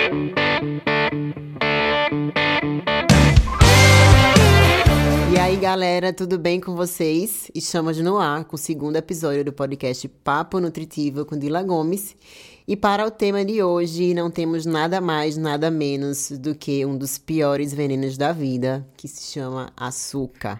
E aí, galera, tudo bem com vocês? Estamos no ar com o segundo episódio do podcast Papo Nutritivo com Dila Gomes. E para o tema de hoje, não temos nada mais, nada menos do que um dos piores venenos da vida, que se chama açúcar.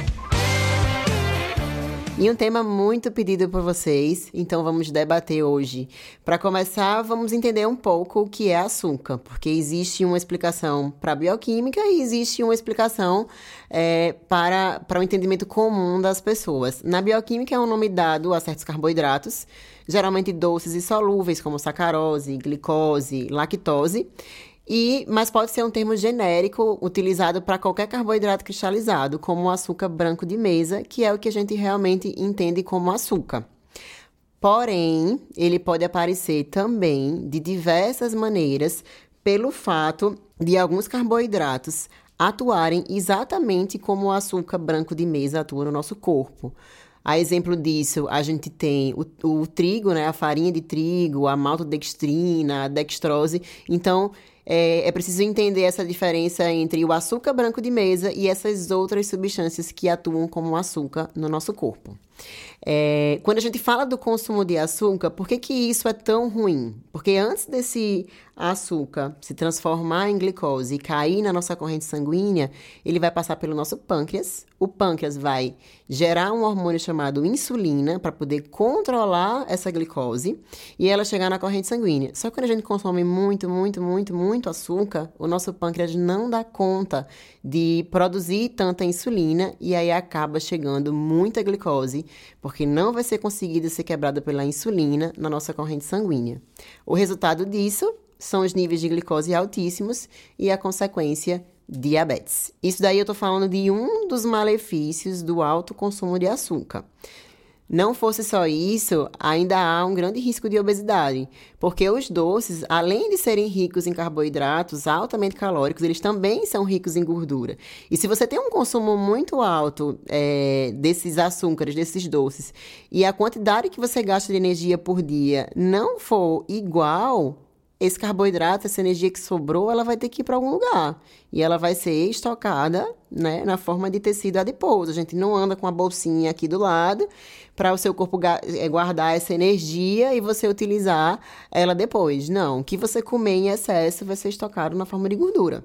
E um tema muito pedido por vocês, então vamos debater hoje. Para começar, vamos entender um pouco o que é açúcar, porque existe uma explicação para a bioquímica e existe uma explicação para o entendimento comum das pessoas. Na bioquímica é um nome dado a certos carboidratos, geralmente doces e solúveis, como sacarose, glicose, lactose. Mas pode ser um termo genérico utilizado para qualquer carboidrato cristalizado, como o açúcar branco de mesa, que é o que a gente realmente entende como açúcar. Porém, ele pode aparecer também de diversas maneiras pelo fato de alguns carboidratos atuarem exatamente como o açúcar branco de mesa atua no nosso corpo. A exemplo disso, a gente tem o trigo, né, a farinha de trigo, a maltodextrina, a dextrose. Então, é preciso entender essa diferença entre o açúcar branco de mesa e essas outras substâncias que atuam como açúcar no nosso corpo. Quando a gente fala do consumo de açúcar, por que isso é tão ruim? Porque antes desse açúcar se transformar em glicose e cair na nossa corrente sanguínea, ele vai passar pelo nosso pâncreas. O pâncreas vai gerar um hormônio chamado insulina para poder controlar essa glicose e ela chegar na corrente sanguínea. Só que quando a gente consome muito açúcar, o nosso pâncreas não dá conta de produzir tanta insulina e aí acaba chegando muita glicose, porque não vai ser conseguida ser quebrada pela insulina na nossa corrente sanguínea. O resultado disso são os níveis de glicose altíssimos e a consequência, diabetes. Isso daí eu estou falando de um dos malefícios do alto consumo de açúcar. Não fosse só isso, ainda há um grande risco de obesidade, porque os doces, além de serem ricos em carboidratos altamente calóricos, eles também são ricos em gordura. E se você tem um consumo muito alto desses açúcares, desses doces, e a quantidade que você gasta de energia por dia não for igual, esse carboidrato, essa energia que sobrou, ela vai ter que ir para algum lugar. E ela vai ser estocada, né, na forma de tecido adiposo. A gente não anda com a bolsinha aqui do lado para o seu corpo guardar essa energia e você utilizar ela depois. Não, o que você comer em excesso vai ser estocado na forma de gordura.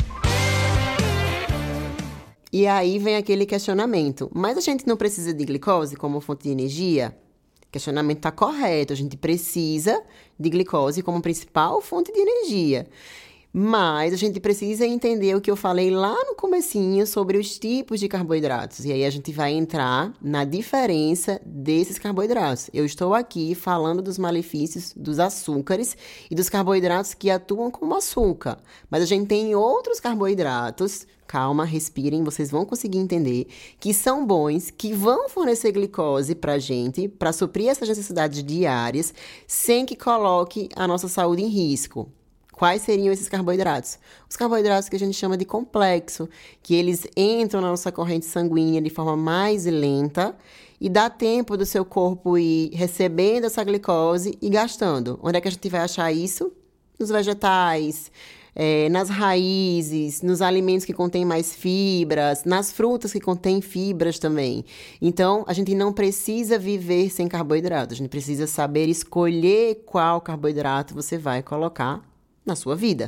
E aí vem aquele questionamento. Mas a gente não precisa de glicose como fonte de energia? O questionamento está correto, a gente precisa de glicose como principal fonte de energia. Mas a gente precisa entender o que eu falei lá no comecinho sobre os tipos de carboidratos. E aí a gente vai entrar na diferença desses carboidratos. Eu estou aqui falando dos malefícios dos açúcares e dos carboidratos que atuam como açúcar. Mas a gente tem outros carboidratos, calma, respirem, vocês vão conseguir entender, que são bons, que vão fornecer glicose pra gente, para suprir essas necessidades diárias, sem que coloque a nossa saúde em risco. Quais seriam esses carboidratos? Os carboidratos que a gente chama de complexo, que eles entram na nossa corrente sanguínea de forma mais lenta e dá tempo do seu corpo ir recebendo essa glicose e gastando. Onde é que a gente vai achar isso? Nos vegetais, nas raízes, nos alimentos que contêm mais fibras, nas frutas que contêm fibras também. Então, a gente não precisa viver sem carboidrato. A gente precisa saber escolher qual carboidrato você vai colocar na sua vida.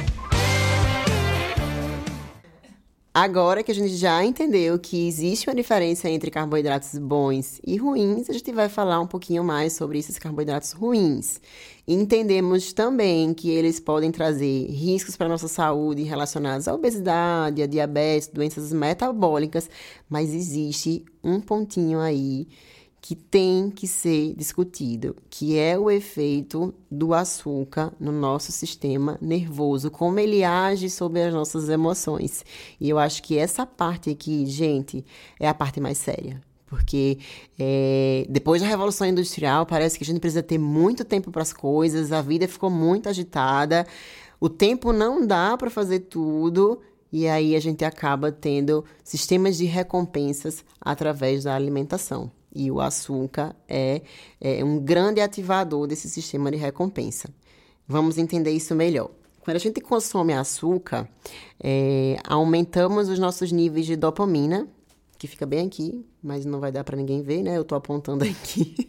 Agora que a gente já entendeu que existe uma diferença entre carboidratos bons e ruins, a gente vai falar um pouquinho mais sobre esses carboidratos ruins. Entendemos também que eles podem trazer riscos para a nossa saúde relacionados à obesidade, à diabetes, doenças metabólicas, mas existe um pontinho aí que tem que ser discutido, que é o efeito do açúcar no nosso sistema nervoso, como ele age sobre as nossas emoções. E eu acho que essa parte aqui, gente, é a parte mais séria. Porque depois da Revolução Industrial, parece que a gente precisa ter muito tempo para as coisas, a vida ficou muito agitada, o tempo não dá para fazer tudo, e aí a gente acaba tendo sistemas de recompensas através da alimentação. E o açúcar é um grande ativador desse sistema de recompensa. Vamos entender isso melhor. Quando a gente consome açúcar, aumentamos os nossos níveis de dopamina, que fica bem aqui, mas não vai dar para ninguém ver, né? Eu tô apontando aqui.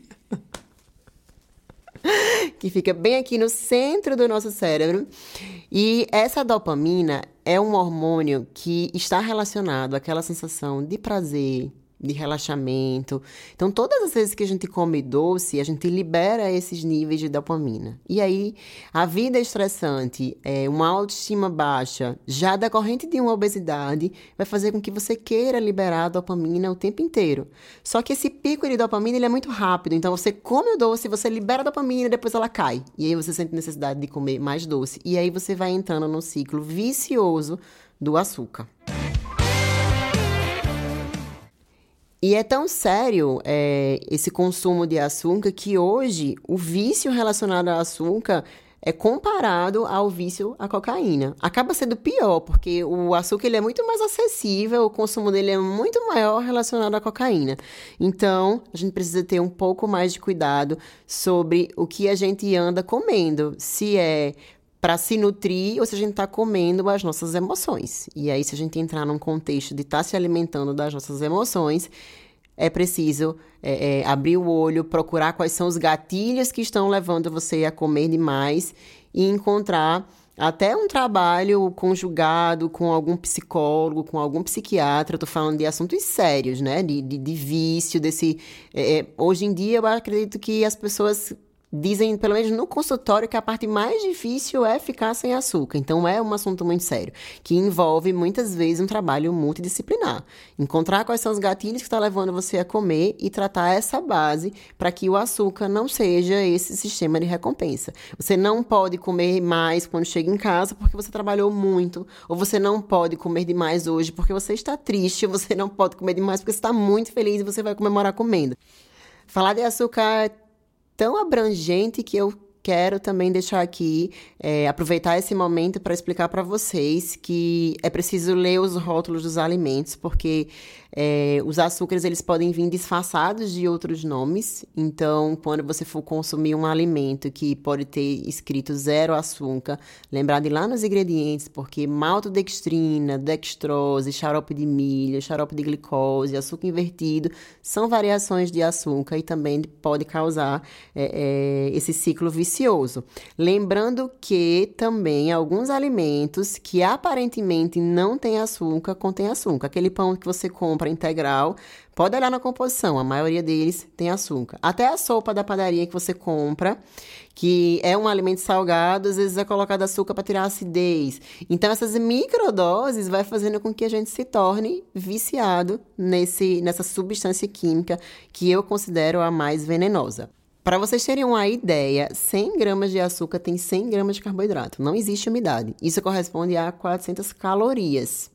Que fica bem aqui no centro do nosso cérebro. E essa dopamina é um hormônio que está relacionado àquela sensação de prazer, de relaxamento. Então, todas as vezes que a gente come doce, a gente libera esses níveis de dopamina. E aí, a vida estressante, uma autoestima baixa, já decorrente de uma obesidade, vai fazer com que você queira liberar a dopamina o tempo inteiro. Só que esse pico de dopamina, ele é muito rápido. Então, você come o doce, você libera a dopamina e depois ela cai. E aí, você sente necessidade de comer mais doce. E aí, você vai entrando num ciclo vicioso do açúcar. E é tão sério esse consumo de açúcar que hoje o vício relacionado ao açúcar é comparado ao vício à cocaína. Acaba sendo pior, porque o açúcar ele é muito mais acessível, o consumo dele é muito maior relacionado à cocaína. Então, a gente precisa ter um pouco mais de cuidado sobre o que a gente anda comendo. Se é para se nutrir ou se a gente está comendo as nossas emoções. E aí, se a gente entrar num contexto de estar se alimentando das nossas emoções, é preciso abrir o olho, procurar quais são os gatilhos que estão levando você a comer demais e encontrar até um trabalho conjugado com algum psicólogo, com algum psiquiatra. Eu tô falando de assuntos sérios, né? De vício, desse... hoje em dia, eu acredito que as pessoas dizem, pelo menos no consultório, que a parte mais difícil é ficar sem açúcar. Então, é um assunto muito sério, que envolve, muitas vezes, um trabalho multidisciplinar. Encontrar quais são os gatilhos que estão levando você a comer e tratar essa base para que o açúcar não seja esse sistema de recompensa. Você não pode comer mais quando chega em casa porque você trabalhou muito, ou você não pode comer demais hoje porque você está triste, ou você não pode comer demais porque você está muito feliz e você vai comemorar comendo. Falar de açúcar tão abrangente que eu quero também deixar aqui, aproveitar esse momento para explicar para vocês que é preciso ler os rótulos dos alimentos, porque os açúcares eles podem vir disfarçados de outros nomes. Então, quando você for consumir um alimento que pode ter escrito 0 açúcar, lembrar de ir lá nos ingredientes, porque maltodextrina, dextrose, xarope de milho, xarope de glicose, açúcar invertido, são variações de açúcar e também pode causar esse ciclo vicioso. Lembrando que também alguns alimentos que aparentemente não têm açúcar, contêm açúcar. Aquele pão que você compra integral, pode olhar na composição, a maioria deles tem açúcar. Até a sopa da padaria que você compra, que é um alimento salgado, às vezes é colocado açúcar para tirar a acidez. Então, essas microdoses vai fazendo com que a gente se torne viciado nessa substância química que eu considero a mais venenosa. Para vocês terem uma ideia, 100 gramas de açúcar tem 100 gramas de carboidrato. Não existe umidade. Isso corresponde a 400 calorias.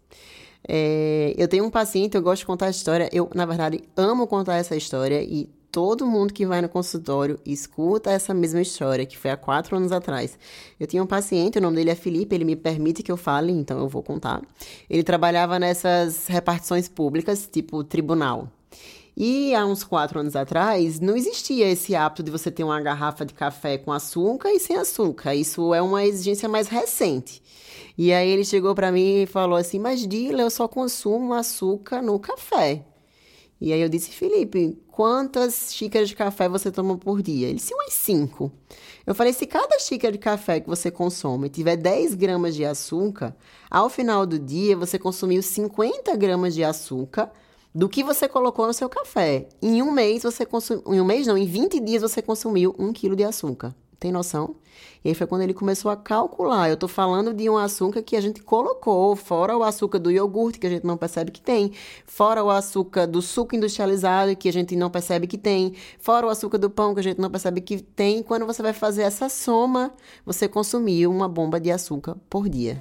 Eu tenho um paciente, eu gosto de contar a história. Eu, na verdade, amo contar essa história e todo mundo que vai no consultório escuta essa mesma história, que foi há 4 anos atrás. Eu tinha um paciente, o nome dele é Felipe, ele me permite que eu fale, então eu vou contar. Ele trabalhava nessas repartições públicas, tipo tribunal. E há uns 4 anos atrás, não existia esse hábito de você ter uma garrafa de café com açúcar e sem açúcar. Isso é uma exigência mais recente. E aí ele chegou para mim e falou assim, mas Dila, eu só consumo açúcar no café. E aí eu disse, Felipe, quantas xícaras de café você toma por dia? Ele disse, umas 5. Eu falei, se cada xícara de café que você consome tiver 10 gramas de açúcar, ao final do dia você consumiu 50 gramas de açúcar do que você colocou no seu café. Em um mês, em 20 dias você consumiu 1 quilo de açúcar. Tem noção? E aí foi quando ele começou a calcular. Eu tô falando de um açúcar que a gente colocou, fora o açúcar do iogurte, que a gente não percebe que tem, fora o açúcar do suco industrializado, que a gente não percebe que tem, fora o açúcar do pão, que a gente não percebe que tem. E quando você vai fazer essa soma, você consumiu uma bomba de açúcar por dia.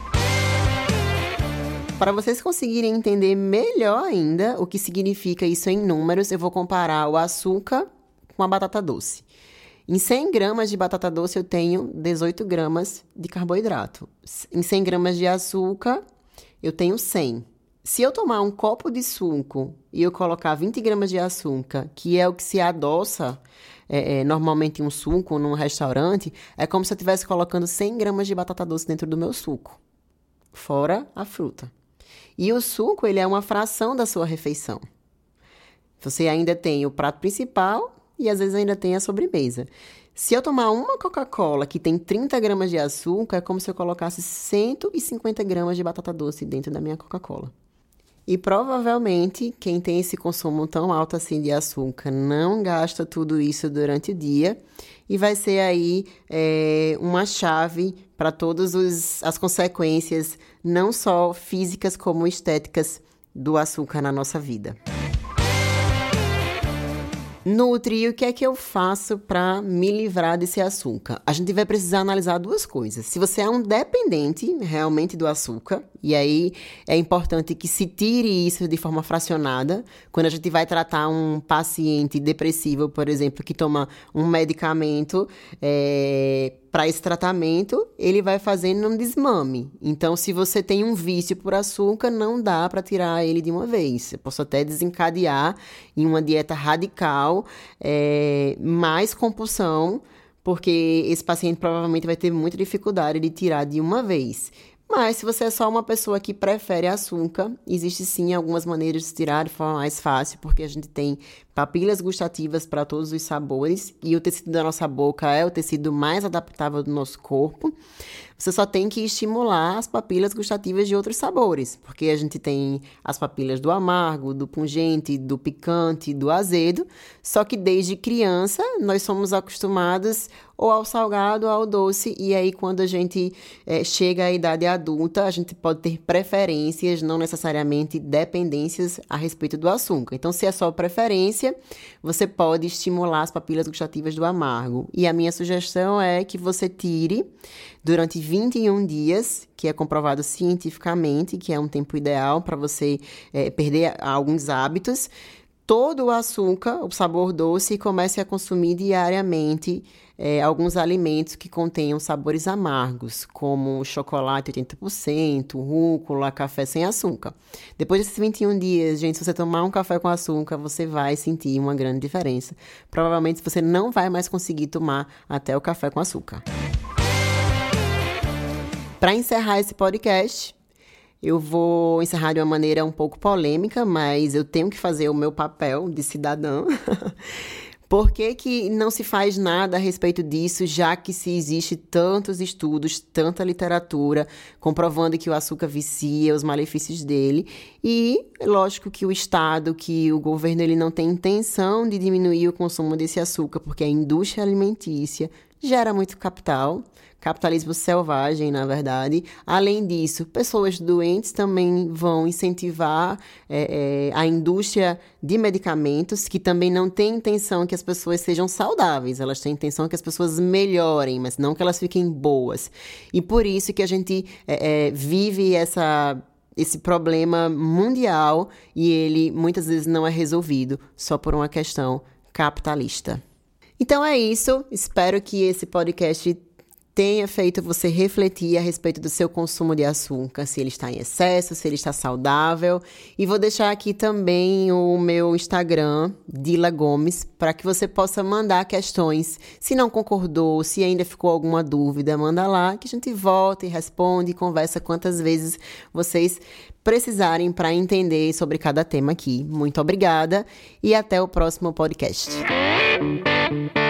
Para vocês conseguirem entender melhor ainda o que significa isso em números, eu vou comparar o açúcar com a batata doce. Em 100 gramas de batata doce, eu tenho 18 gramas de carboidrato. Em 100 gramas de açúcar, eu tenho 100. Se eu tomar um copo de suco e eu colocar 20 gramas de açúcar, que é o que se adoça normalmente em um suco num restaurante, é como se eu estivesse colocando 100 gramas de batata doce dentro do meu suco, fora a fruta. E o suco, ele é uma fração da sua refeição. Você ainda tem o prato principal e às vezes ainda tem a sobremesa. Se eu tomar uma Coca-Cola que tem 30 gramas de açúcar, é como se eu colocasse 150 gramas de batata doce dentro da minha Coca-Cola. E provavelmente quem tem esse consumo tão alto assim de açúcar não gasta tudo isso durante o dia e vai ser aí uma chave para todas as consequências, não só físicas como estéticas, do açúcar na nossa vida. Nutri, o que é que eu faço para me livrar desse açúcar? A gente vai precisar analisar duas coisas. Se você é um dependente realmente do açúcar, e aí é importante que se tire isso de forma fracionada. Quando a gente vai tratar um paciente depressivo, por exemplo, que toma um medicamento para esse tratamento, ele vai fazendo um desmame. Então, se você tem um vício por açúcar, não dá para tirar ele de uma vez. Eu posso até desencadear em uma dieta radical, mais compulsão, porque esse paciente provavelmente vai ter muita dificuldade de tirar de uma vez. Mas se você é só uma pessoa que prefere açúcar, existe sim algumas maneiras de tirar de forma mais fácil, porque a gente tem papilas gustativas para todos os sabores e o tecido da nossa boca é o tecido mais adaptável do nosso corpo. Você só tem que estimular as papilas gustativas de outros sabores, porque a gente tem as papilas do amargo, do pungente, do picante, do azedo, só que desde criança nós somos acostumados ou ao salgado ou ao doce, e aí quando a gente chega à idade adulta, a gente pode ter preferências, não necessariamente dependências a respeito do açúcar. Então, se é só preferência, você pode estimular as papilas gustativas do amargo. E a minha sugestão é que você tire durante 21 dias, que é comprovado cientificamente, que é um tempo ideal para você perder alguns hábitos, todo o açúcar, o sabor doce, e comece a consumir diariamente alguns alimentos que contenham sabores amargos, como chocolate 80%, rúcula, café sem açúcar. Depois desses 21 dias, gente, se você tomar um café com açúcar, você vai sentir uma grande diferença. Provavelmente você não vai mais conseguir tomar até o café com açúcar. Para encerrar esse podcast, eu vou encerrar de uma maneira um pouco polêmica, mas eu tenho que fazer o meu papel de cidadã. Por que não se faz nada a respeito disso, já que se existe tantos estudos, tanta literatura, comprovando que o açúcar vicia, os malefícios dele? E, lógico que o Estado, que o governo, ele não tem intenção de diminuir o consumo desse açúcar, porque a indústria alimentícia gera muito capital, capitalismo selvagem, na verdade. Além disso, pessoas doentes também vão incentivar a indústria de medicamentos, que também não tem intenção que as pessoas sejam saudáveis, elas têm intenção que as pessoas melhorem, mas não que elas fiquem boas. E por isso que a gente vive esse problema mundial e ele muitas vezes não é resolvido só por uma questão capitalista. Então é isso, espero que esse podcast tenha feito você refletir a respeito do seu consumo de açúcar, se ele está em excesso, se ele está saudável. E vou deixar aqui também o meu Instagram, Dila Gomes, para que você possa mandar questões. Se não concordou, se ainda ficou alguma dúvida, manda lá que a gente volta e responde e conversa quantas vezes vocês precisarem para entender sobre cada tema aqui. Muito obrigada e até o próximo podcast.